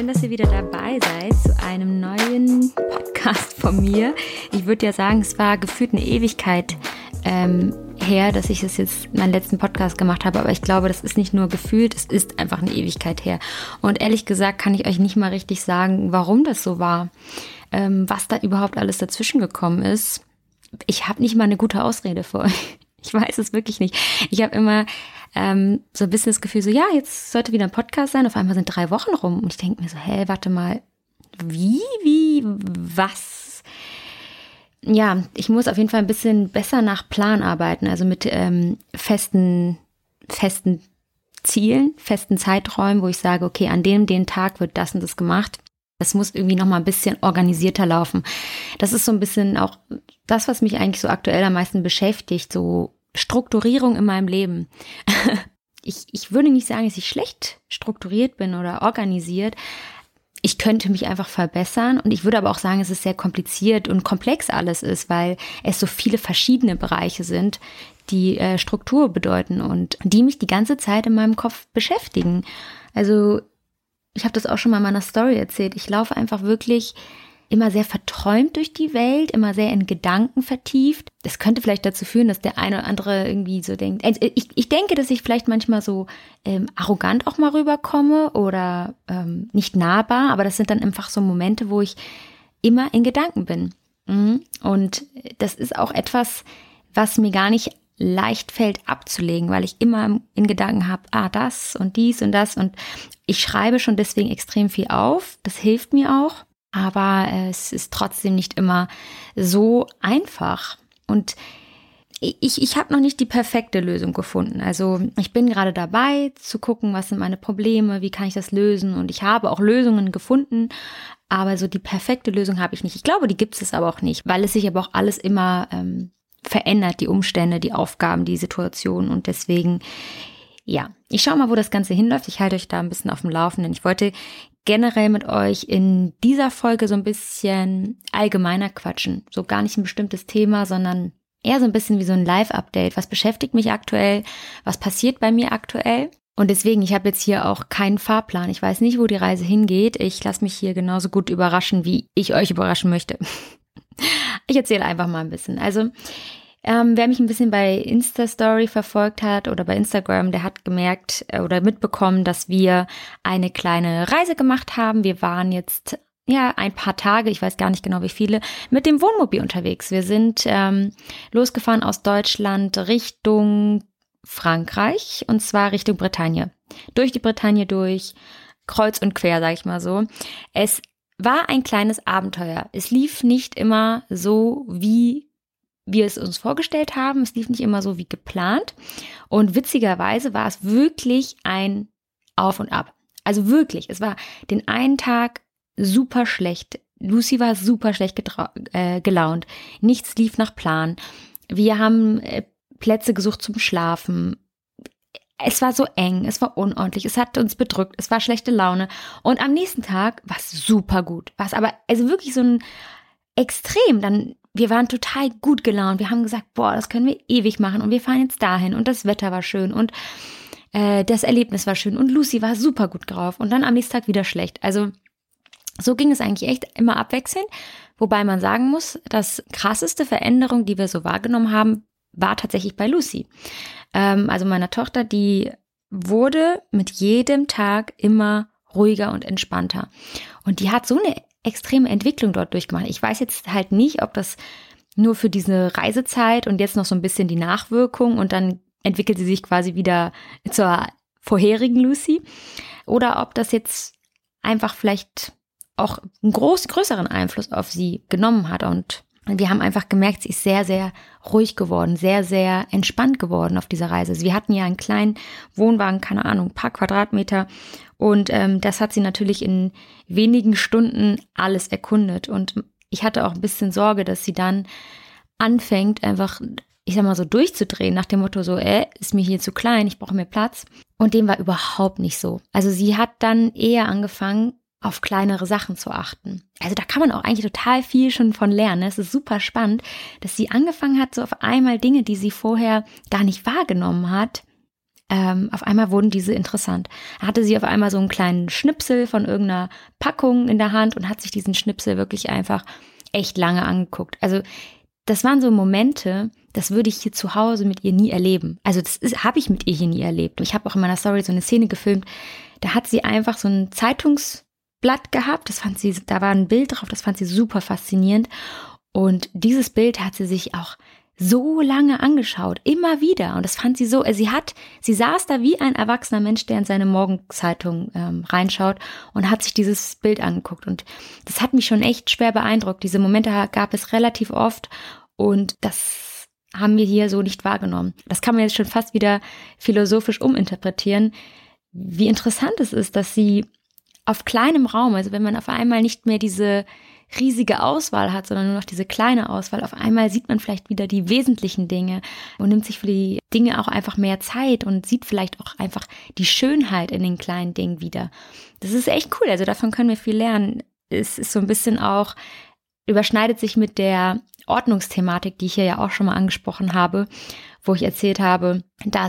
schön, dass ihr wieder dabei seid zu einem neuen Podcast von mir. Ich würde ja sagen, es war gefühlt eine Ewigkeit her, dass ich das jetzt meinen letzten Podcast gemacht habe, aber ich glaube, das ist nicht nur gefühlt, es ist einfach eine Ewigkeit her. Und ehrlich gesagt kann ich euch nicht mal richtig sagen, warum das so war, was da überhaupt alles dazwischen gekommen ist. Ich habe nicht mal eine gute Ausrede für euch. Ich weiß es wirklich nicht. Ich habe immer so ein bisschen das Gefühl, so ja, jetzt sollte wieder ein Podcast sein. Auf einmal sind 3 Wochen rum und ich denke mir so, warte mal, was? Ja, ich muss auf jeden Fall ein bisschen besser nach Plan arbeiten, also mit festen Zielen, festen Zeiträumen, wo ich sage, okay, an den Tag wird das und das gemacht. Das muss irgendwie nochmal ein bisschen organisierter laufen. Das ist so ein bisschen auch das, was mich eigentlich so aktuell am meisten beschäftigt, so Strukturierung in meinem Leben. Ich würde nicht sagen, dass ich schlecht strukturiert bin oder organisiert. Ich könnte mich einfach verbessern und ich würde aber auch sagen, dass es sehr kompliziert und komplex alles ist, weil es so viele verschiedene Bereiche sind, die Struktur bedeuten und die mich die ganze Zeit in meinem Kopf beschäftigen. Also ich habe das auch schon mal in meiner Story erzählt. Ich laufe einfach wirklich immer sehr verträumt durch die Welt, immer sehr in Gedanken vertieft. Das könnte vielleicht dazu führen, dass der eine oder andere irgendwie so denkt. Ich denke, dass ich vielleicht manchmal so arrogant auch mal rüberkomme oder nicht nahbar, aber das sind dann einfach so Momente, wo ich immer in Gedanken bin. Und das ist auch etwas, was mir gar nicht leicht fällt abzulegen, weil ich immer in Gedanken habe, das und dies und das und ich schreibe schon deswegen extrem viel auf, das hilft mir auch, aber es ist trotzdem nicht immer so einfach und ich habe noch nicht die perfekte Lösung gefunden, also ich bin gerade dabei zu gucken, was sind meine Probleme, wie kann ich das lösen und ich habe auch Lösungen gefunden, aber so die perfekte Lösung habe ich nicht. Ich glaube, die gibt es aber auch nicht, weil es sich aber auch alles immer verändert, die Umstände, die Aufgaben, die Situation und deswegen, ja, ich schaue mal, wo das Ganze hinläuft. Ich halte euch da ein bisschen auf dem Laufenden. Ich wollte generell mit euch in dieser Folge so ein bisschen allgemeiner quatschen. So gar nicht ein bestimmtes Thema, sondern eher so ein bisschen wie so ein Live-Update. Was beschäftigt mich aktuell? Was passiert bei mir aktuell? Und deswegen, ich habe jetzt hier auch keinen Fahrplan. Ich weiß nicht, wo die Reise hingeht. Ich lasse mich hier genauso gut überraschen, wie ich euch überraschen möchte. Ich erzähle einfach mal ein bisschen. Also, wer mich ein bisschen bei Insta-Story verfolgt hat oder bei Instagram, der hat gemerkt oder mitbekommen, dass wir eine kleine Reise gemacht haben. Wir waren jetzt ein paar Tage, ich weiß gar nicht genau wie viele, mit dem Wohnmobil unterwegs. Wir sind losgefahren aus Deutschland Richtung Frankreich und zwar Richtung Bretagne. Durch die Bretagne durch, kreuz und quer, sag ich mal so. Es war ein kleines Abenteuer. Es lief nicht immer so, wie wir es uns vorgestellt haben. Es lief nicht immer so wie geplant. Und witzigerweise war es wirklich ein Auf und Ab. Also wirklich, es war den einen Tag super schlecht. Lucy war super schlecht gelaunt. Nichts lief nach Plan. Wir haben Plätze gesucht zum Schlafen. Es war so eng, es war unordentlich, es hat uns bedrückt, es war schlechte Laune. Und am nächsten Tag war es super gut. War es aber also wirklich so ein Extrem. Wir waren total gut gelaunt. Wir haben gesagt, das können wir ewig machen und wir fahren jetzt dahin und das Wetter war schön und das Erlebnis war schön und Lucy war super gut drauf und dann am nächsten Tag wieder schlecht. Also so ging es eigentlich echt immer abwechselnd, wobei man sagen muss, das krasseste Veränderung, die wir so wahrgenommen haben, war tatsächlich bei Lucy. Also meiner Tochter, die wurde mit jedem Tag immer ruhiger und entspannter. Und die hat so eine extreme Entwicklung dort durchgemacht. Ich weiß jetzt halt nicht, ob das nur für diese Reisezeit und jetzt noch so ein bisschen die Nachwirkung und dann entwickelt sie sich quasi wieder zur vorherigen Lucy oder ob das jetzt einfach vielleicht auch einen größeren Einfluss auf sie genommen hat und wir haben einfach gemerkt, sie ist sehr, sehr ruhig geworden, sehr, sehr entspannt geworden auf dieser Reise. Wir hatten ja einen kleinen Wohnwagen, keine Ahnung, ein paar Quadratmeter und das hat sie natürlich in wenigen Stunden alles erkundet und ich hatte auch ein bisschen Sorge, dass sie dann anfängt einfach, ich sag mal so durchzudrehen nach dem Motto so, ist mir hier zu klein, ich brauche mehr Platz und dem war überhaupt nicht so. Also sie hat dann eher angefangen, auf kleinere Sachen zu achten. Also da kann man auch eigentlich total viel schon von lernen. Es ist super spannend, dass sie angefangen hat, so auf einmal Dinge, die sie vorher gar nicht wahrgenommen hat, auf einmal wurden diese interessant. Er hatte sie auf einmal so einen kleinen Schnipsel von irgendeiner Packung in der Hand und hat sich diesen Schnipsel wirklich einfach echt lange angeguckt. Also das waren so Momente, das würde ich hier zu Hause mit ihr nie erleben. Also das habe ich mit ihr hier nie erlebt. Ich habe auch in meiner Story so eine Szene gefilmt, da hat sie einfach so ein Zeitungsblatt gehabt, da war ein Bild drauf, das fand sie super faszinierend. Und dieses Bild hat sie sich auch so lange angeschaut, immer wieder. Und das fand sie so, sie saß da wie ein erwachsener Mensch, der in seine Morgenzeitung reinschaut und hat sich dieses Bild angeguckt. Und das hat mich schon echt schwer beeindruckt. Diese Momente gab es relativ oft und das haben wir hier so nicht wahrgenommen. Das kann man jetzt schon fast wieder philosophisch uminterpretieren, wie interessant es ist, dass sie auf kleinem Raum, also wenn man auf einmal nicht mehr diese riesige Auswahl hat, sondern nur noch diese kleine Auswahl. Auf einmal sieht man vielleicht wieder die wesentlichen Dinge und nimmt sich für die Dinge auch einfach mehr Zeit und sieht vielleicht auch einfach die Schönheit in den kleinen Dingen wieder. Das ist echt cool, also davon können wir viel lernen. Es ist so ein bisschen auch, überschneidet sich mit der Ordnungsthematik, die ich hier ja auch schon mal angesprochen habe, wo ich erzählt habe,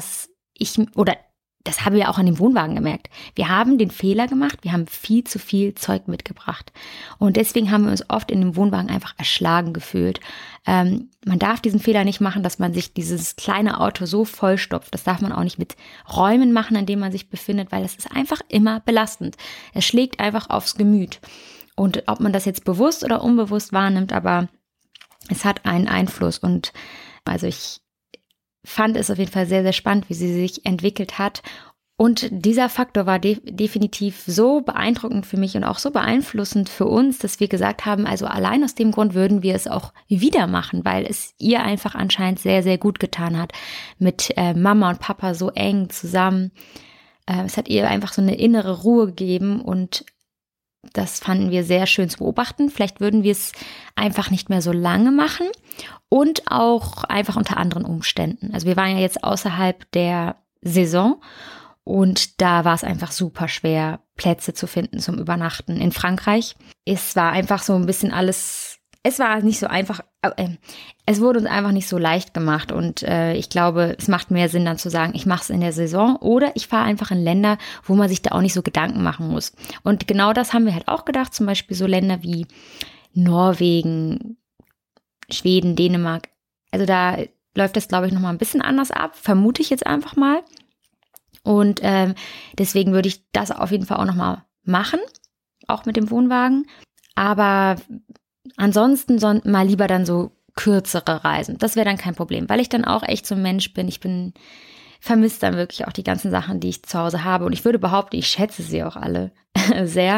das habe ich ja auch an dem Wohnwagen gemerkt. Wir haben den Fehler gemacht, wir haben viel zu viel Zeug mitgebracht. Und deswegen haben wir uns oft in dem Wohnwagen einfach erschlagen gefühlt. Man darf diesen Fehler nicht machen, dass man sich dieses kleine Auto so vollstopft. Das darf man auch nicht mit Räumen machen, in denen man sich befindet, weil das ist einfach immer belastend. Es schlägt einfach aufs Gemüt. Und ob man das jetzt bewusst oder unbewusst wahrnimmt, aber es hat einen Einfluss. Und also ich fand es auf jeden Fall sehr, sehr spannend, wie sie sich entwickelt hat. Und dieser Faktor war definitiv so beeindruckend für mich und auch so beeinflussend für uns, dass wir gesagt haben, also allein aus dem Grund würden wir es auch wieder machen, weil es ihr einfach anscheinend sehr, sehr gut getan hat, mit Mama und Papa so eng zusammen. Es hat ihr einfach so eine innere Ruhe gegeben und das fanden wir sehr schön zu beobachten. Vielleicht würden wir es einfach nicht mehr so lange machen und auch einfach unter anderen Umständen. Also wir waren ja jetzt außerhalb der Saison und da war es einfach super schwer, Plätze zu finden zum Übernachten in Frankreich. Es war einfach so ein bisschen alles, es war nicht so einfach, es wurde uns einfach nicht so leicht gemacht und ich glaube, es macht mehr Sinn dann zu sagen, ich mache es in der Saison oder ich fahre einfach in Länder, wo man sich da auch nicht so Gedanken machen muss. Und genau das haben wir halt auch gedacht, zum Beispiel so Länder wie Norwegen, Schweden, Dänemark. Also da läuft das, glaube ich, nochmal ein bisschen anders ab, vermute ich jetzt einfach mal. Und deswegen würde ich das auf jeden Fall auch nochmal machen, auch mit dem Wohnwagen. Aber ansonsten mal lieber dann so kürzere Reisen. Das wäre dann kein Problem, weil ich dann auch echt so ein Mensch bin. Vermisse dann wirklich auch die ganzen Sachen, die ich zu Hause habe. Und ich würde behaupten, ich schätze sie auch alle sehr.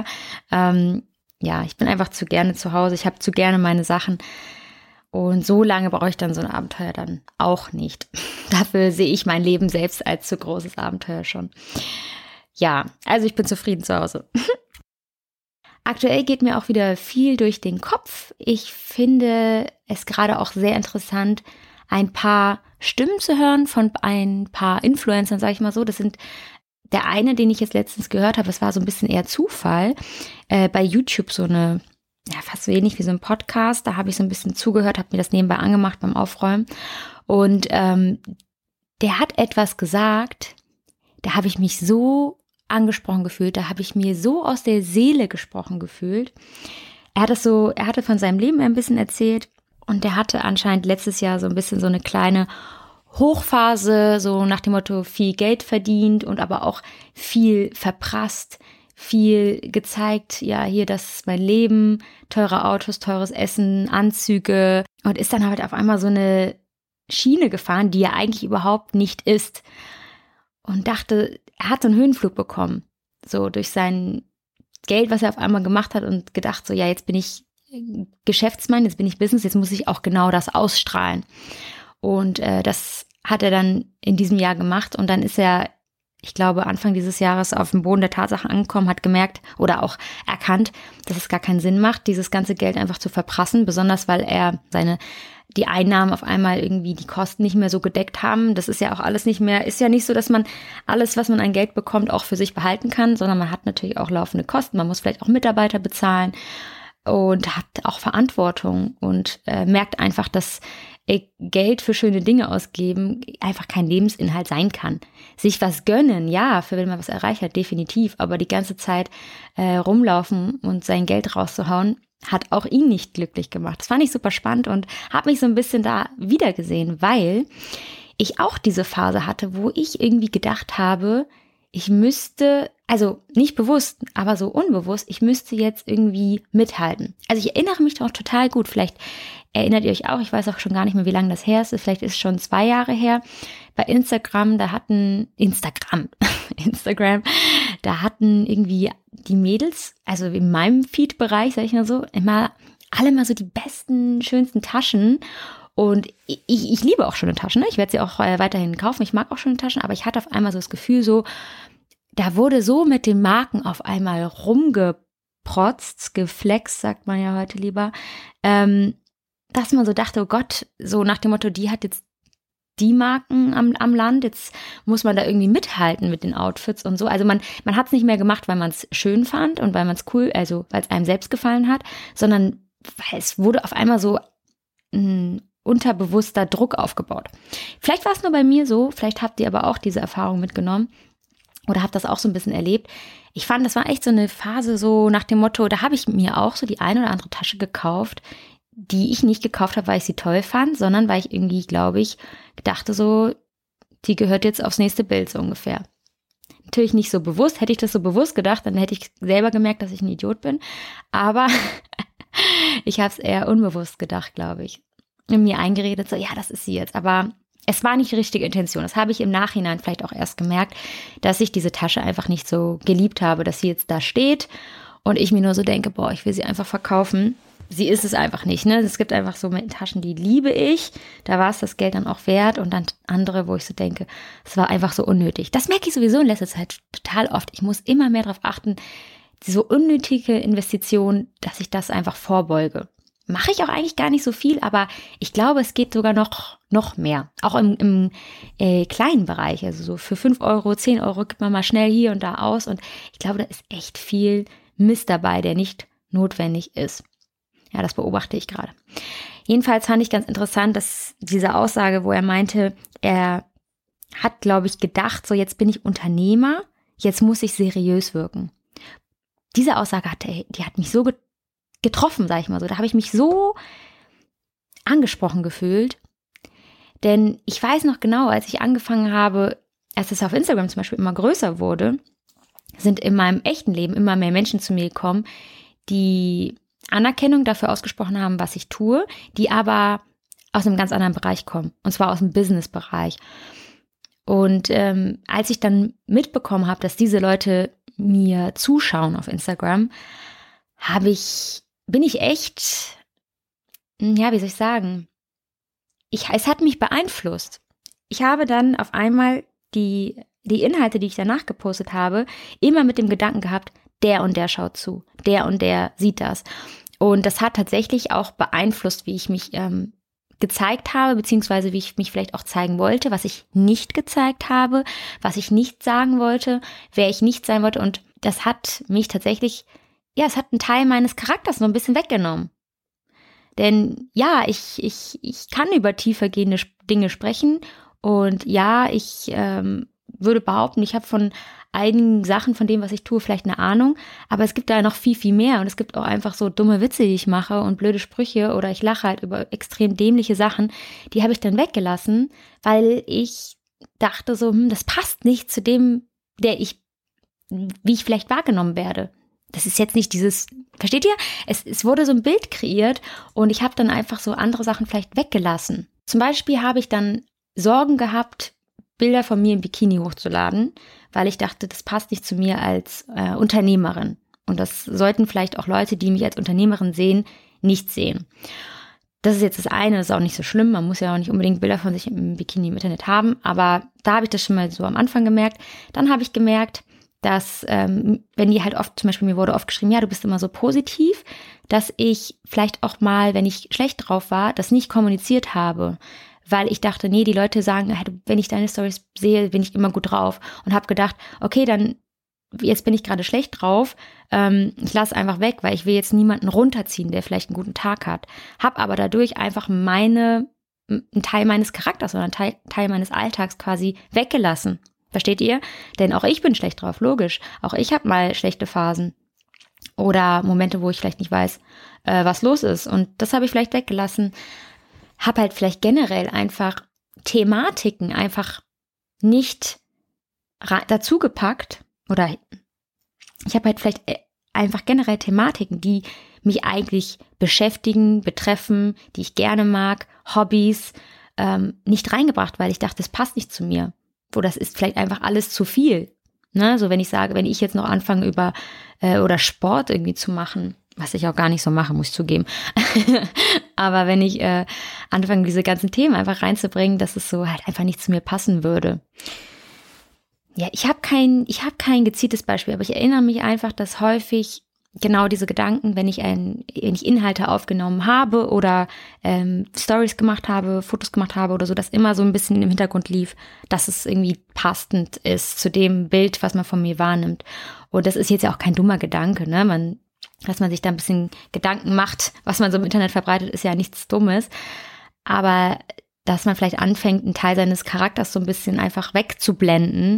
Ich bin einfach zu gerne zu Hause. Ich habe zu gerne meine Sachen. Und so lange brauche ich dann so ein Abenteuer dann auch nicht. Dafür sehe ich mein Leben selbst als zu großes Abenteuer schon. Ja, also ich bin zufrieden zu Hause. Aktuell geht mir auch wieder viel durch den Kopf. Ich finde es gerade auch sehr interessant, ein paar Stimmen zu hören von ein paar Influencern, sage ich mal so. Das sind der eine, den ich jetzt letztens gehört habe, es war so ein bisschen eher Zufall, bei YouTube so eine, ja fast so ähnlich wie so ein Podcast, da habe ich so ein bisschen zugehört, habe mir das nebenbei angemacht beim Aufräumen und der hat etwas gesagt, da habe ich mich so angesprochen gefühlt, da habe ich mir so aus der Seele gesprochen gefühlt. Er hatte von seinem Leben ein bisschen erzählt und der hatte anscheinend letztes Jahr so ein bisschen so eine kleine Hochphase, so nach dem Motto viel Geld verdient und aber auch viel verprasst, viel gezeigt, ja hier, das ist mein Leben, teure Autos, teures Essen, Anzüge und ist dann halt auf einmal so eine Schiene gefahren, die er eigentlich überhaupt nicht ist und dachte, er hat so einen Höhenflug bekommen, so durch sein Geld, was er auf einmal gemacht hat und gedacht so, ja, jetzt bin ich Geschäftsmann, jetzt bin ich Business, jetzt muss ich auch genau das ausstrahlen. Und das hat er dann in diesem Jahr gemacht und dann ist er, ich glaube, Anfang dieses Jahres auf dem Boden der Tatsachen angekommen, hat gemerkt oder auch erkannt, dass es gar keinen Sinn macht, dieses ganze Geld einfach zu verprassen, besonders weil er die Einnahmen auf einmal irgendwie die Kosten nicht mehr so gedeckt haben. Das ist ja auch alles nicht mehr, ist ja nicht so, dass man alles, was man an Geld bekommt, auch für sich behalten kann, sondern man hat natürlich auch laufende Kosten. Man muss vielleicht auch Mitarbeiter bezahlen. und hat auch Verantwortung und merkt einfach, dass Geld für schöne Dinge ausgeben einfach kein Lebensinhalt sein kann. Sich was gönnen, ja, für wenn man was erreicht hat, definitiv, aber die ganze Zeit rumlaufen und sein Geld rauszuhauen, hat auch ihn nicht glücklich gemacht. Das fand ich super spannend und habe mich so ein bisschen da wiedergesehen, weil ich auch diese Phase hatte, wo ich irgendwie gedacht habe, ich müsste, also nicht bewusst, aber so unbewusst, ich müsste jetzt irgendwie mithalten. Also ich erinnere mich doch total gut, vielleicht erinnert ihr euch auch, ich weiß auch schon gar nicht mehr, wie lange das her ist, vielleicht ist es schon 2 Jahre her, bei Instagram, da hatten irgendwie die Mädels, also in meinem Feed-Bereich, sag ich mal so, alle mal so die besten, schönsten Taschen. Und ich liebe auch schöne Taschen, ne? Ich werde sie auch weiterhin kaufen, ich mag auch schöne Taschen, aber ich hatte auf einmal so das Gefühl so, da wurde so mit den Marken auf einmal rumgeprotzt, geflext, sagt man ja heute lieber, dass man so dachte, oh Gott, so nach dem Motto, die hat jetzt die Marken am Land, jetzt muss man da irgendwie mithalten mit den Outfits und so. Also man hat es nicht mehr gemacht, weil man es schön fand und weil man es cool, also weil es einem selbst gefallen hat, sondern weil es wurde auf einmal so unterbewusster Druck aufgebaut. Vielleicht war es nur bei mir so, vielleicht habt ihr aber auch diese Erfahrung mitgenommen oder habt das auch so ein bisschen erlebt. Ich fand, das war echt so eine Phase so nach dem Motto, da habe ich mir auch so die eine oder andere Tasche gekauft, die ich nicht gekauft habe, weil ich sie toll fand, sondern weil ich irgendwie, glaube ich, dachte so, die gehört jetzt aufs nächste Bild so ungefähr. Natürlich nicht so bewusst, hätte ich das so bewusst gedacht, dann hätte ich selber gemerkt, dass ich ein Idiot bin, aber ich habe es eher unbewusst gedacht, glaube ich. In mir eingeredet, so, ja, das ist sie jetzt. Aber es war nicht die richtige Intention. Das habe ich im Nachhinein vielleicht auch erst gemerkt, dass ich diese Tasche einfach nicht so geliebt habe, dass sie jetzt da steht und ich mir nur so denke, boah, ich will sie einfach verkaufen. Sie ist es einfach nicht, ne? Es gibt einfach so Taschen, die liebe ich. Da war es das Geld dann auch wert. Und dann andere, wo ich so denke, es war einfach so unnötig. Das merke ich sowieso in letzter Zeit total oft. Ich muss immer mehr darauf achten, so unnötige Investitionen, dass ich das einfach vorbeuge. Mache ich auch eigentlich gar nicht so viel, aber ich glaube, es geht sogar noch mehr. Auch im kleinen Bereich, also so für 5 Euro, 10 Euro gibt man mal schnell hier und da aus. Und ich glaube, da ist echt viel Mist dabei, der nicht notwendig ist. Ja, das beobachte ich gerade. Jedenfalls fand ich ganz interessant, dass diese Aussage, wo er meinte, er hat, glaube ich, gedacht, so jetzt bin ich Unternehmer, jetzt muss ich seriös wirken. Diese Aussage die hat mich so getroffen, sag ich mal so. Da habe ich mich so angesprochen gefühlt. Denn ich weiß noch genau, als ich angefangen habe, als es auf Instagram zum Beispiel immer größer wurde, sind in meinem echten Leben immer mehr Menschen zu mir gekommen, die Anerkennung dafür ausgesprochen haben, was ich tue, die aber aus einem ganz anderen Bereich kommen. Und zwar aus dem Business-Bereich. Und als ich dann mitbekommen habe, dass diese Leute mir zuschauen auf Instagram, bin ich echt, ja, wie soll ich sagen, es hat mich beeinflusst. Ich habe dann auf einmal die Inhalte, die ich danach gepostet habe, immer mit dem Gedanken gehabt, der und der schaut zu, der und der sieht das. Und das hat tatsächlich auch beeinflusst, wie ich mich gezeigt habe, beziehungsweise wie ich mich vielleicht auch zeigen wollte, was ich nicht gezeigt habe, was ich nicht sagen wollte, wer ich nicht sein wollte. Und das hat mich tatsächlich, ja, es hat einen Teil meines Charakters so ein bisschen weggenommen. Denn ja, ich kann über tiefergehende Dinge sprechen und ja, ich würde behaupten, ich habe von einigen Sachen von dem, was ich tue, vielleicht eine Ahnung, aber es gibt da noch viel, viel mehr und es gibt auch einfach so dumme Witze, die ich mache und blöde Sprüche oder ich lache halt über extrem dämliche Sachen, die habe ich dann weggelassen, weil ich dachte so, das passt nicht zu dem, wie ich vielleicht wahrgenommen werde. Das ist jetzt nicht dieses, versteht ihr? Es wurde so ein Bild kreiert und ich habe dann einfach so andere Sachen vielleicht weggelassen. Zum Beispiel habe ich dann Sorgen gehabt, Bilder von mir im Bikini hochzuladen, weil ich dachte, das passt nicht zu mir als Unternehmerin. Und das sollten vielleicht auch Leute, die mich als Unternehmerin sehen, nicht sehen. Das ist jetzt das eine, das ist auch nicht so schlimm. Man muss ja auch nicht unbedingt Bilder von sich im Bikini im Internet haben. Aber da habe ich das schon mal so am Anfang gemerkt. Dann habe ich gemerkt, dass, wenn die halt oft, zum Beispiel mir wurde oft geschrieben, ja, du bist immer so positiv, dass ich vielleicht auch mal, wenn ich schlecht drauf war, das nicht kommuniziert habe. Weil ich dachte, nee, die Leute sagen, wenn ich deine Storys sehe, bin ich immer gut drauf. Und habe gedacht, okay, dann jetzt bin ich gerade schlecht drauf, ich lasse einfach weg, weil ich will jetzt niemanden runterziehen, der vielleicht einen guten Tag hat. Hab aber dadurch einfach einen Teil meines Charakters oder einen Teil meines Alltags quasi weggelassen. Versteht ihr? Denn auch ich bin schlecht drauf, logisch. Auch ich habe mal schlechte Phasen oder Momente, wo ich vielleicht nicht weiß, was los ist. Und das habe ich vielleicht weggelassen. Habe halt vielleicht generell einfach Thematiken einfach nicht dazu gepackt oder ich habe halt vielleicht einfach generell Thematiken, die mich eigentlich beschäftigen, betreffen, die ich gerne mag, Hobbys, nicht reingebracht, weil ich dachte, das passt nicht zu mir. Oder das ist vielleicht einfach alles zu viel. Ne? So wenn ich sage, wenn ich jetzt noch anfange oder Sport irgendwie zu machen, was ich auch gar nicht so mache, muss ich zugeben. Aber wenn ich anfange, diese ganzen Themen einfach reinzubringen, dass es so halt einfach nicht zu mir passen würde. Ja, ich habe kein gezieltes Beispiel, aber ich erinnere mich einfach, dass häufig genau diese Gedanken, wenn ich Inhalte aufgenommen habe oder Stories gemacht habe, Fotos gemacht habe oder so, dass immer so ein bisschen im Hintergrund lief, dass es irgendwie passend ist zu dem Bild, was man von mir wahrnimmt. Und das ist jetzt ja auch kein dummer Gedanke, ne? Dass man sich da ein bisschen Gedanken macht, was man so im Internet verbreitet, ist ja nichts Dummes. Aber dass man vielleicht anfängt, einen Teil seines Charakters so ein bisschen einfach wegzublenden,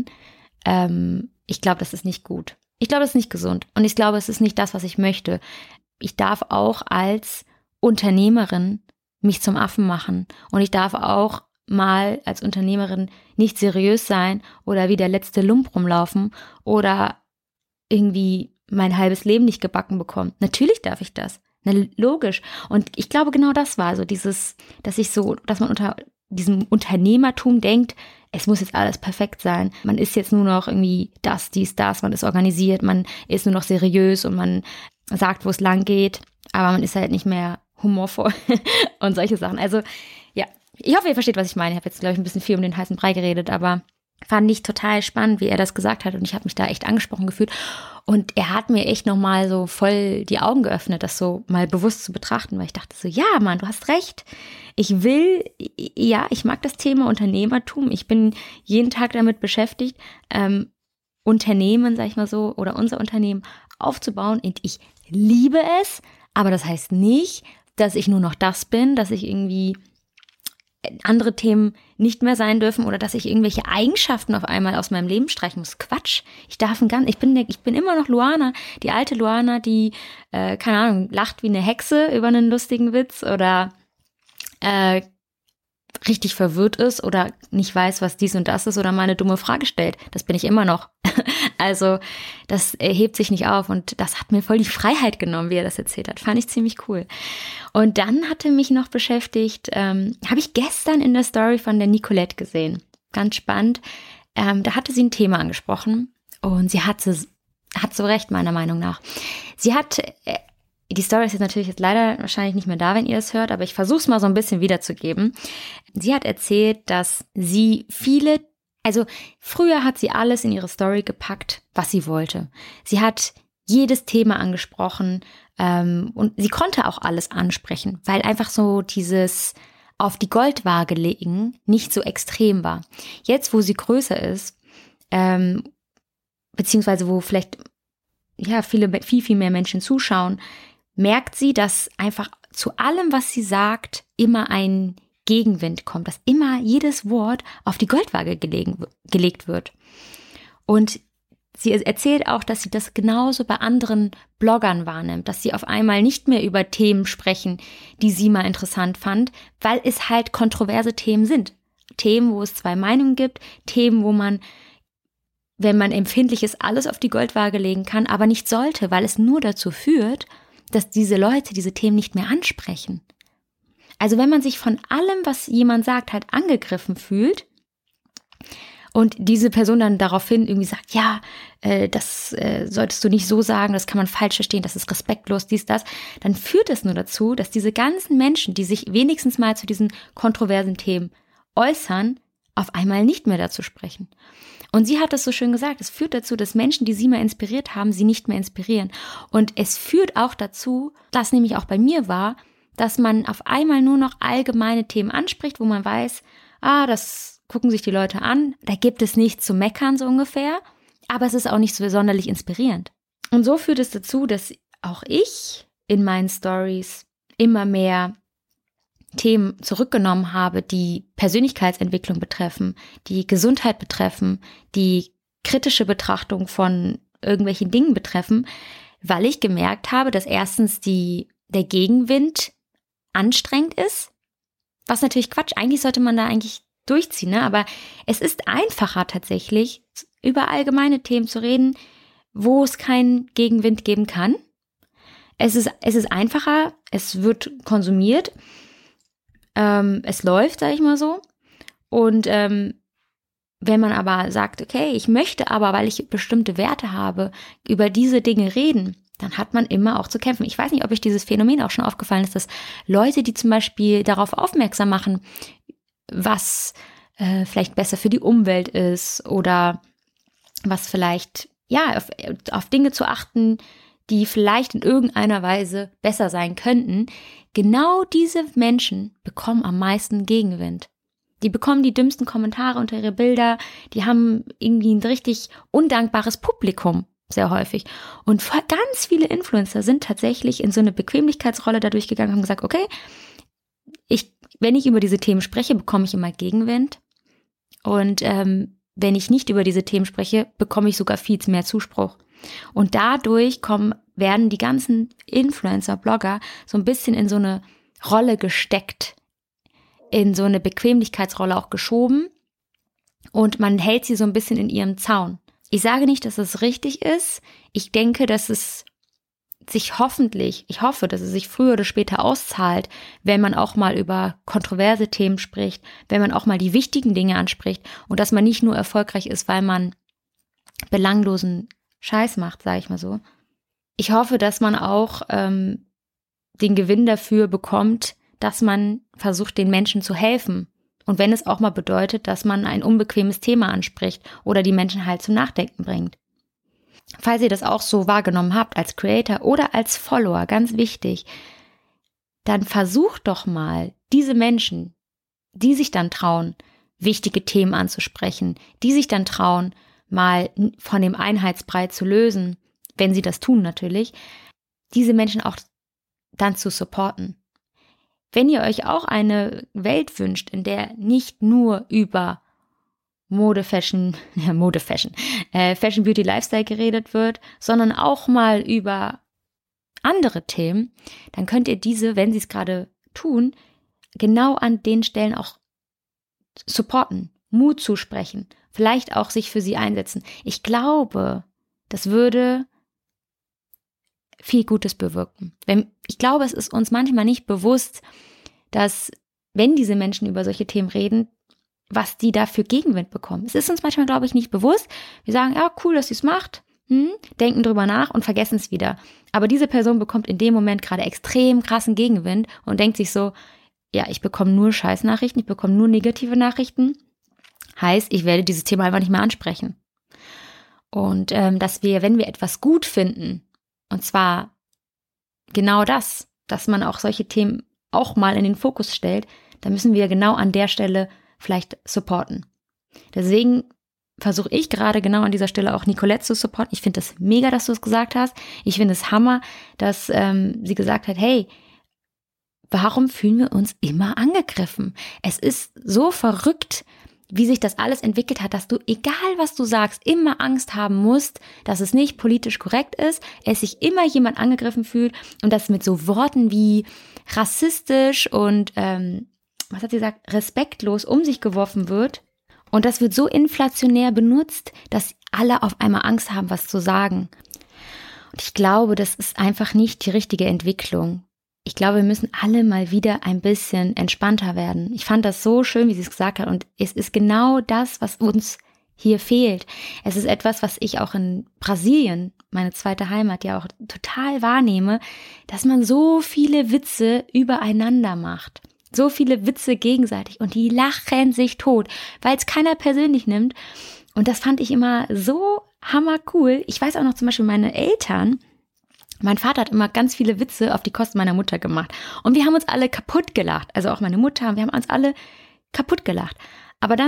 ich glaube, das ist nicht gut. Ich glaube, das ist nicht gesund. Und ich glaube, es ist nicht das, was ich möchte. Ich darf auch als Unternehmerin mich zum Affen machen. Und ich darf auch mal als Unternehmerin nicht seriös sein oder wie der letzte Lump rumlaufen oder irgendwie mein halbes Leben nicht gebacken bekommen. Natürlich darf ich das. Na, logisch. Und ich glaube, genau das war so dass man unter diesem Unternehmertum denkt, es muss jetzt alles perfekt sein. Man ist jetzt nur noch irgendwie das, man ist organisiert, man ist nur noch seriös und man sagt, wo es lang geht, aber man ist halt nicht mehr humorvoll und solche Sachen. Also ja, ich hoffe, ihr versteht, was ich meine. Ich habe jetzt, glaube ich, ein bisschen viel um den heißen Brei geredet, aber fand ich total spannend, wie er das gesagt hat und ich habe mich da echt angesprochen gefühlt und er hat mir echt nochmal so voll die Augen geöffnet, das so mal bewusst zu betrachten, weil ich dachte so, ja Mann, du hast recht, ich mag das Thema Unternehmertum, ich bin jeden Tag damit beschäftigt, Unternehmen, sag ich mal so, oder unser Unternehmen aufzubauen und ich liebe es, aber das heißt nicht, dass ich nur noch das bin, dass ich irgendwie andere Themen nicht mehr sein dürfen oder dass ich irgendwelche Eigenschaften auf einmal aus meinem Leben streichen muss. Quatsch. Ich bin immer noch Luana, die alte Luana, die, keine Ahnung, lacht wie eine Hexe über einen lustigen Witz oder richtig verwirrt ist oder nicht weiß, was dies und das ist oder mal eine dumme Frage stellt. Das bin ich immer noch. Also das hebt sich nicht auf und das hat mir voll die Freiheit genommen, wie er das erzählt hat. Fand ich ziemlich cool. Und dann hatte mich noch beschäftigt, habe ich gestern in der Story von der Nicolette gesehen. Ganz spannend. Da hatte sie ein Thema angesprochen und sie hat so recht, meiner Meinung nach. Die Story ist jetzt leider wahrscheinlich nicht mehr da, wenn ihr das hört, aber ich versuche es mal so ein bisschen wiederzugeben. Sie hat erzählt, dass früher hat sie alles in ihre Story gepackt, was sie wollte. Sie hat jedes Thema angesprochen und sie konnte auch alles ansprechen, weil einfach so dieses auf die Goldwaage legen nicht so extrem war. Jetzt, wo sie größer ist, beziehungsweise wo vielleicht viel mehr Menschen zuschauen, merkt sie, dass einfach zu allem, was sie sagt, immer ein Gegenwind kommt, dass immer jedes Wort auf die Goldwaage gelegt wird. Und sie erzählt auch, dass sie das genauso bei anderen Bloggern wahrnimmt, dass sie auf einmal nicht mehr über Themen sprechen, die sie mal interessant fand, weil es halt kontroverse Themen sind. Themen, wo es zwei Meinungen gibt, Themen, wo man, wenn man empfindlich ist, alles auf die Goldwaage legen kann, aber nicht sollte, weil es nur dazu führt, dass diese Leute diese Themen nicht mehr ansprechen. Also wenn man sich von allem, was jemand sagt, halt angegriffen fühlt und diese Person dann daraufhin irgendwie sagt, ja, das solltest du nicht so sagen, das kann man falsch verstehen, das ist respektlos, dies, das, dann führt es nur dazu, dass diese ganzen Menschen, die sich wenigstens mal zu diesen kontroversen Themen äußern, auf einmal nicht mehr dazu sprechen. Und sie hat es so schön gesagt, es führt dazu, dass Menschen, die sie mal inspiriert haben, sie nicht mehr inspirieren. Und es führt auch dazu, das nämlich auch bei mir war, dass man auf einmal nur noch allgemeine Themen anspricht, wo man weiß, das gucken sich die Leute an, da gibt es nichts zu meckern so ungefähr, aber es ist auch nicht so sonderlich inspirierend. Und so führt es dazu, dass auch ich in meinen Stories immer mehr Themen zurückgenommen habe, die Persönlichkeitsentwicklung betreffen, die Gesundheit betreffen, die kritische Betrachtung von irgendwelchen Dingen betreffen, weil ich gemerkt habe, dass erstens der Gegenwind anstrengend ist, was natürlich Quatsch, eigentlich sollte man da eigentlich durchziehen, ne? Aber es ist einfacher tatsächlich, über allgemeine Themen zu reden, wo es keinen Gegenwind geben kann. Es ist einfacher, es wird konsumiert, es läuft, sage ich mal so. Und wenn man aber sagt, okay, ich möchte aber, weil ich bestimmte Werte habe, über diese Dinge reden, dann hat man immer auch zu kämpfen. Ich weiß nicht, ob euch dieses Phänomen auch schon aufgefallen ist, dass Leute, die zum Beispiel darauf aufmerksam machen, was vielleicht besser für die Umwelt ist oder was vielleicht, ja, auf Dinge zu achten, die vielleicht in irgendeiner Weise besser sein könnten, genau diese Menschen bekommen am meisten Gegenwind. Die bekommen die dümmsten Kommentare unter ihre Bilder, die haben irgendwie ein richtig undankbares Publikum, sehr häufig. Und ganz viele Influencer sind tatsächlich in so eine Bequemlichkeitsrolle dadurch gegangen und haben gesagt, okay, wenn ich über diese Themen spreche, bekomme ich immer Gegenwind. Und wenn ich nicht über diese Themen spreche, bekomme ich sogar viel mehr Zuspruch. Und dadurch werden die ganzen Influencer, Blogger so ein bisschen in so eine Rolle gesteckt, in so eine Bequemlichkeitsrolle auch geschoben und man hält sie so ein bisschen in ihrem Zaun. Ich sage nicht, dass es richtig ist. Ich denke, dass es ich hoffe, dass es sich früher oder später auszahlt, wenn man auch mal über kontroverse Themen spricht, wenn man auch mal die wichtigen Dinge anspricht und dass man nicht nur erfolgreich ist, weil man belanglosen Scheiß macht, sage ich mal so. Ich hoffe, dass man auch den Gewinn dafür bekommt, dass man versucht, den Menschen zu helfen. Und wenn es auch mal bedeutet, dass man ein unbequemes Thema anspricht oder die Menschen halt zum Nachdenken bringt. Falls ihr das auch so wahrgenommen habt als Creator oder als Follower, ganz wichtig, dann versucht doch mal diese Menschen, die sich dann trauen, wichtige Themen anzusprechen, die sich dann trauen, mal von dem Einheitsbrei zu lösen, wenn sie das tun natürlich, diese Menschen auch dann zu supporten. Wenn ihr euch auch eine Welt wünscht, in der nicht nur über Fashion, Beauty, Lifestyle geredet wird, sondern auch mal über andere Themen, dann könnt ihr diese, wenn sie es gerade tun, genau an den Stellen auch supporten, Mut zusprechen, vielleicht auch sich für sie einsetzen. Ich glaube, das würde viel Gutes bewirken. Ich glaube, es ist uns manchmal nicht bewusst, dass, wenn diese Menschen über solche Themen reden, was die da für Gegenwind bekommen. Es ist uns manchmal, glaube ich, nicht bewusst. Wir sagen, ja, cool, dass sie es macht, denken drüber nach und vergessen es wieder. Aber diese Person bekommt in dem Moment gerade extrem krassen Gegenwind und denkt sich so, ja, ich bekomme nur Scheißnachrichten, ich bekomme nur negative Nachrichten. Heißt, ich werde dieses Thema einfach nicht mehr ansprechen. Und dass wir, wenn wir etwas gut finden, und zwar genau das, dass man auch solche Themen auch mal in den Fokus stellt, dann müssen wir genau an der Stelle vielleicht supporten. Deswegen versuche ich gerade genau an dieser Stelle auch Nicolette zu supporten. Ich finde das mega, dass du es gesagt hast. Ich finde es Hammer, dass sie gesagt hat, hey, warum fühlen wir uns immer angegriffen? Es ist so verrückt, wie sich das alles entwickelt hat, dass du, egal was du sagst, immer Angst haben musst, dass es nicht politisch korrekt ist, es sich immer jemand angegriffen fühlt und das mit so Worten wie rassistisch und, was hat sie gesagt, respektlos um sich geworfen wird. Und das wird so inflationär benutzt, dass alle auf einmal Angst haben, was zu sagen. Und ich glaube, das ist einfach nicht die richtige Entwicklung. Ich glaube, wir müssen alle mal wieder ein bisschen entspannter werden. Ich fand das so schön, wie sie es gesagt hat. Und es ist genau das, was uns hier fehlt. Es ist etwas, was ich auch in Brasilien, meine zweite Heimat, ja auch total wahrnehme, dass man so viele Witze übereinander macht. So viele Witze gegenseitig und die lachen sich tot, weil es keiner persönlich nimmt. Und das fand ich immer so hammercool. Ich weiß auch noch zum Beispiel meine Eltern, mein Vater hat immer ganz viele Witze auf die Kosten meiner Mutter gemacht. Und wir haben uns alle kaputt gelacht. Also auch meine Mutter, wir haben uns alle kaputt gelacht. Aber dann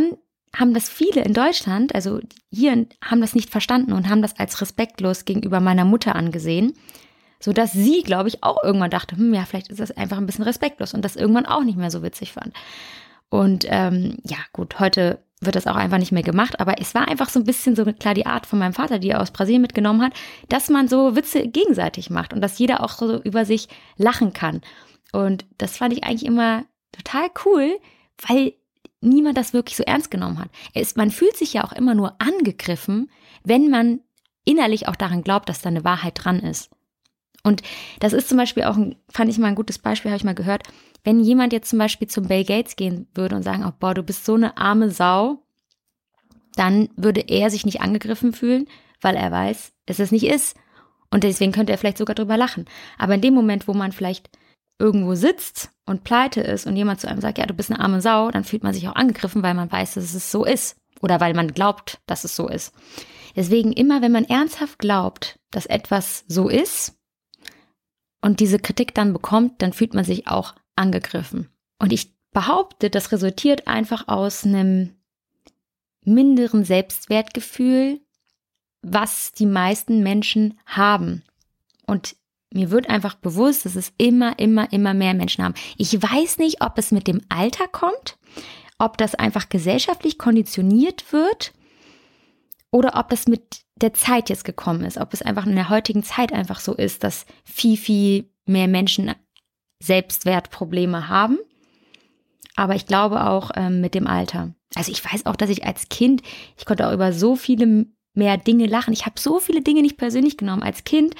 haben das viele in Deutschland, also hier, haben das nicht verstanden und haben das als respektlos gegenüber meiner Mutter angesehen, sodass sie, glaube ich, auch irgendwann dachte, ja, vielleicht ist das einfach ein bisschen respektlos und das irgendwann auch nicht mehr so witzig fand. Und ja, gut, heute wird das auch einfach nicht mehr gemacht, aber es war einfach so ein bisschen so klar die Art von meinem Vater, die er aus Brasilien mitgenommen hat, dass man so Witze gegenseitig macht und dass jeder auch so über sich lachen kann. Und das fand ich eigentlich immer total cool, weil niemand das wirklich so ernst genommen hat. Man fühlt sich ja auch immer nur angegriffen, wenn man innerlich auch daran glaubt, dass da eine Wahrheit dran ist. Und das ist zum Beispiel auch, fand ich mal ein gutes Beispiel, habe ich mal gehört, wenn jemand jetzt zum Beispiel zum Bill Gates gehen würde und sagen, oh boah, du bist so eine arme Sau, dann würde er sich nicht angegriffen fühlen, weil er weiß, dass es nicht ist. Und deswegen könnte er vielleicht sogar drüber lachen. Aber in dem Moment, wo man vielleicht irgendwo sitzt und pleite ist und jemand zu einem sagt, ja, du bist eine arme Sau, dann fühlt man sich auch angegriffen, weil man weiß, dass es so ist. Oder weil man glaubt, dass es so ist. Deswegen immer, wenn man ernsthaft glaubt, dass etwas so ist und diese Kritik dann bekommt, dann fühlt man sich auch angegriffen. Und ich behaupte, das resultiert einfach aus einem minderen Selbstwertgefühl, was die meisten Menschen haben. Und mir wird einfach bewusst, dass es immer mehr Menschen haben. Ich weiß nicht, ob es mit dem Alter kommt, ob das einfach gesellschaftlich konditioniert wird oder ob das mit der Zeit jetzt gekommen ist, ob es einfach in der heutigen Zeit einfach so ist, dass viel mehr Menschen Selbstwertprobleme haben. Aber ich glaube auch mit dem Alter. Also ich weiß auch, dass ich als Kind, ich konnte auch über so viele mehr Dinge lachen. Ich habe so viele Dinge nicht persönlich genommen. Als Kind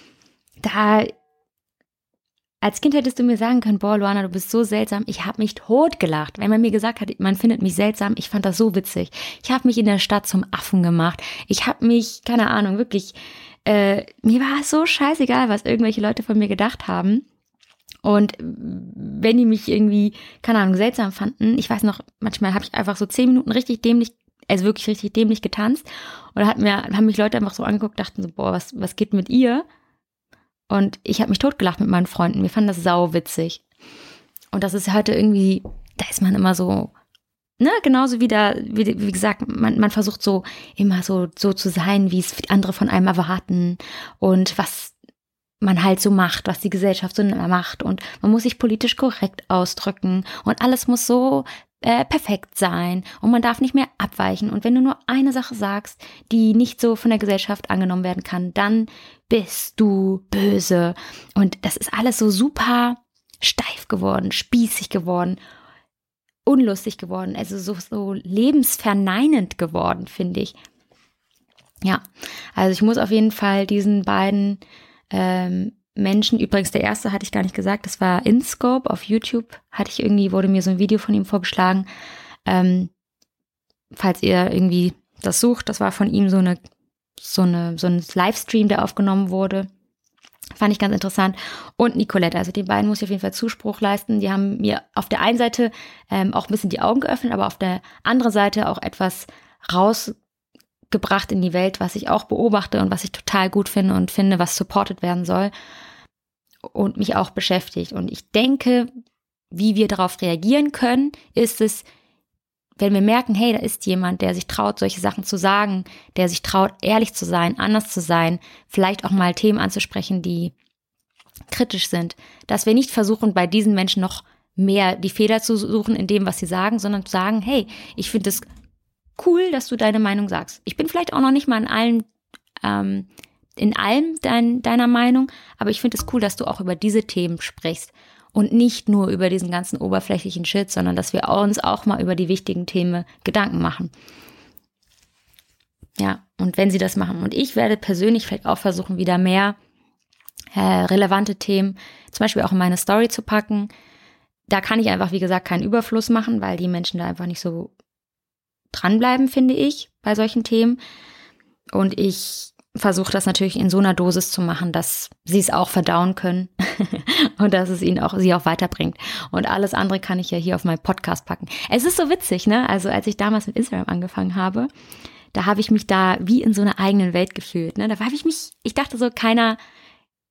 hättest du mir sagen können, boah, Luana, du bist so seltsam. Ich habe mich totgelacht. Wenn man mir gesagt hat, man findet mich seltsam, ich fand das so witzig. Ich habe mich in der Stadt zum Affen gemacht. Ich habe mich, keine Ahnung, wirklich, mir war es so scheißegal, was irgendwelche Leute von mir gedacht haben. Und wenn die mich irgendwie, keine Ahnung, seltsam fanden, ich weiß noch, manchmal habe ich einfach so 10 Minuten richtig dämlich, also wirklich richtig dämlich getanzt. Und haben mich Leute einfach so angeguckt, dachten so, boah, was geht mit ihr? Und ich habe mich totgelacht mit meinen Freunden. Wir fanden das sauwitzig. Und das ist heute irgendwie, da ist man immer so, ne, genauso wie gesagt, man versucht so immer so zu sein, wie es andere von einem erwarten und was man halt so macht, was die Gesellschaft so macht und man muss sich politisch korrekt ausdrücken und alles muss so perfekt sein und man darf nicht mehr abweichen und wenn du nur eine Sache sagst, die nicht so von der Gesellschaft angenommen werden kann, dann bist du böse und das ist alles so super steif geworden, spießig geworden, unlustig geworden, also so lebensverneinend geworden, finde ich. Ja, also ich muss auf jeden Fall diesen beiden Menschen, übrigens der erste hatte ich gar nicht gesagt, das war InScope auf YouTube, wurde mir so ein Video von ihm vorgeschlagen, falls ihr irgendwie das sucht, das war von ihm so ein Livestream, der aufgenommen wurde, fand ich ganz interessant und Nicolette, also die beiden muss ich auf jeden Fall Zuspruch leisten, die haben mir auf der einen Seite auch ein bisschen die Augen geöffnet, aber auf der anderen Seite auch etwas rausgebracht in die Welt, was ich auch beobachte und was ich total gut finde und finde, was supported werden soll und mich auch beschäftigt. Und ich denke, wie wir darauf reagieren können, ist es, wenn wir merken, hey, da ist jemand, der sich traut, solche Sachen zu sagen, der sich traut, ehrlich zu sein, anders zu sein, vielleicht auch mal Themen anzusprechen, die kritisch sind, dass wir nicht versuchen, bei diesen Menschen noch mehr die Fehler zu suchen in dem, was sie sagen, sondern zu sagen, hey, ich finde es cool, dass du deine Meinung sagst. Ich bin vielleicht auch noch nicht mal in allem deiner Meinung, aber ich finde es cool, dass du auch über diese Themen sprichst und nicht nur über diesen ganzen oberflächlichen Shit, sondern dass wir uns auch mal über die wichtigen Themen Gedanken machen. Ja, und wenn sie das machen. Und ich werde persönlich vielleicht auch versuchen, wieder mehr relevante Themen, zum Beispiel auch in meine Story zu packen. Da kann ich einfach, wie gesagt, keinen Überfluss machen, weil die Menschen da einfach nicht so dranbleiben, finde ich, bei solchen Themen. Und ich versuche das natürlich in so einer Dosis zu machen, dass sie es auch verdauen können und dass es sie auch weiterbringt. Und alles andere kann ich ja hier auf meinen Podcast packen. Es ist so witzig, ne? Also als ich damals mit Instagram angefangen habe, da habe ich mich da wie in so einer eigenen Welt gefühlt, ne? Ich dachte so, keiner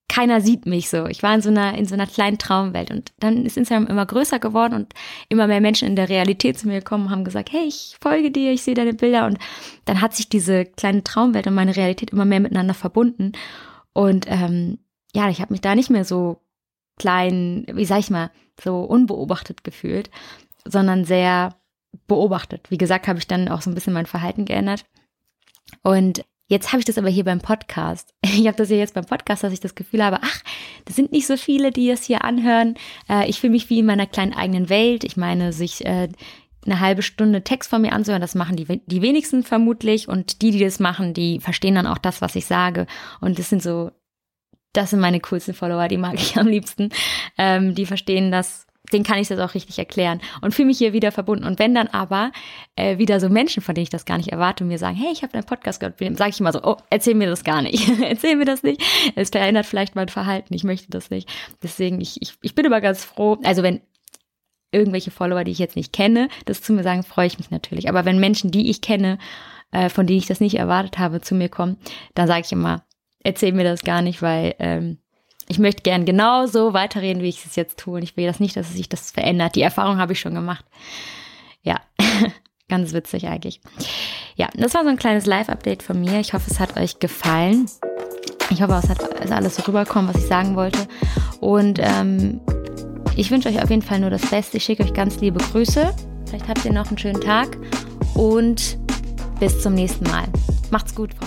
keiner sieht mich so. Ich war in so einer kleinen Traumwelt und dann ist Instagram immer größer geworden und immer mehr Menschen in der Realität zu mir gekommen und haben gesagt, hey, ich folge dir, ich sehe deine Bilder und dann hat sich diese kleine Traumwelt und meine Realität immer mehr miteinander verbunden und ich habe mich da nicht mehr so klein, wie sag ich mal, so unbeobachtet gefühlt, sondern sehr beobachtet. Wie gesagt, habe ich dann auch so ein bisschen mein Verhalten geändert und jetzt habe ich das aber hier beim Podcast. Ich habe das ja jetzt beim Podcast, dass ich das Gefühl habe, das sind nicht so viele, die es hier anhören. Ich fühle mich wie in meiner kleinen eigenen Welt. Ich meine, sich eine halbe Stunde Text von mir anzuhören, das machen die wenigsten vermutlich. Und die das machen, die verstehen dann auch das, was ich sage. Und das sind meine coolsten Follower, die mag ich am liebsten. Die verstehen das. Den kann ich das auch richtig erklären und fühle mich hier wieder verbunden. Und wenn dann aber wieder so Menschen, von denen ich das gar nicht erwarte, mir sagen, hey, ich habe deinen Podcast gehört, sage ich immer so, oh, erzähl mir das gar nicht. Erzähl mir das nicht. Es verändert vielleicht mein Verhalten. Ich möchte das nicht. Deswegen, ich bin immer ganz froh. Also wenn irgendwelche Follower, die ich jetzt nicht kenne, das zu mir sagen, freue ich mich natürlich. Aber wenn Menschen, die ich kenne, von denen ich das nicht erwartet habe, zu mir kommen, dann sage ich immer, erzähl mir das gar nicht, weil ich möchte gern genauso weiterreden, wie ich es jetzt tue. Und ich will das nicht, dass sich das verändert. Die Erfahrung habe ich schon gemacht. Ja, ganz witzig eigentlich. Ja, das war so ein kleines Live-Update von mir. Ich hoffe, es hat euch gefallen. Ich hoffe, es hat alles so rüberkommen, was ich sagen wollte. Und ich wünsche euch auf jeden Fall nur das Beste. Ich schicke euch ganz liebe Grüße. Vielleicht habt ihr noch einen schönen Tag. Und bis zum nächsten Mal. Macht's gut, Freunde.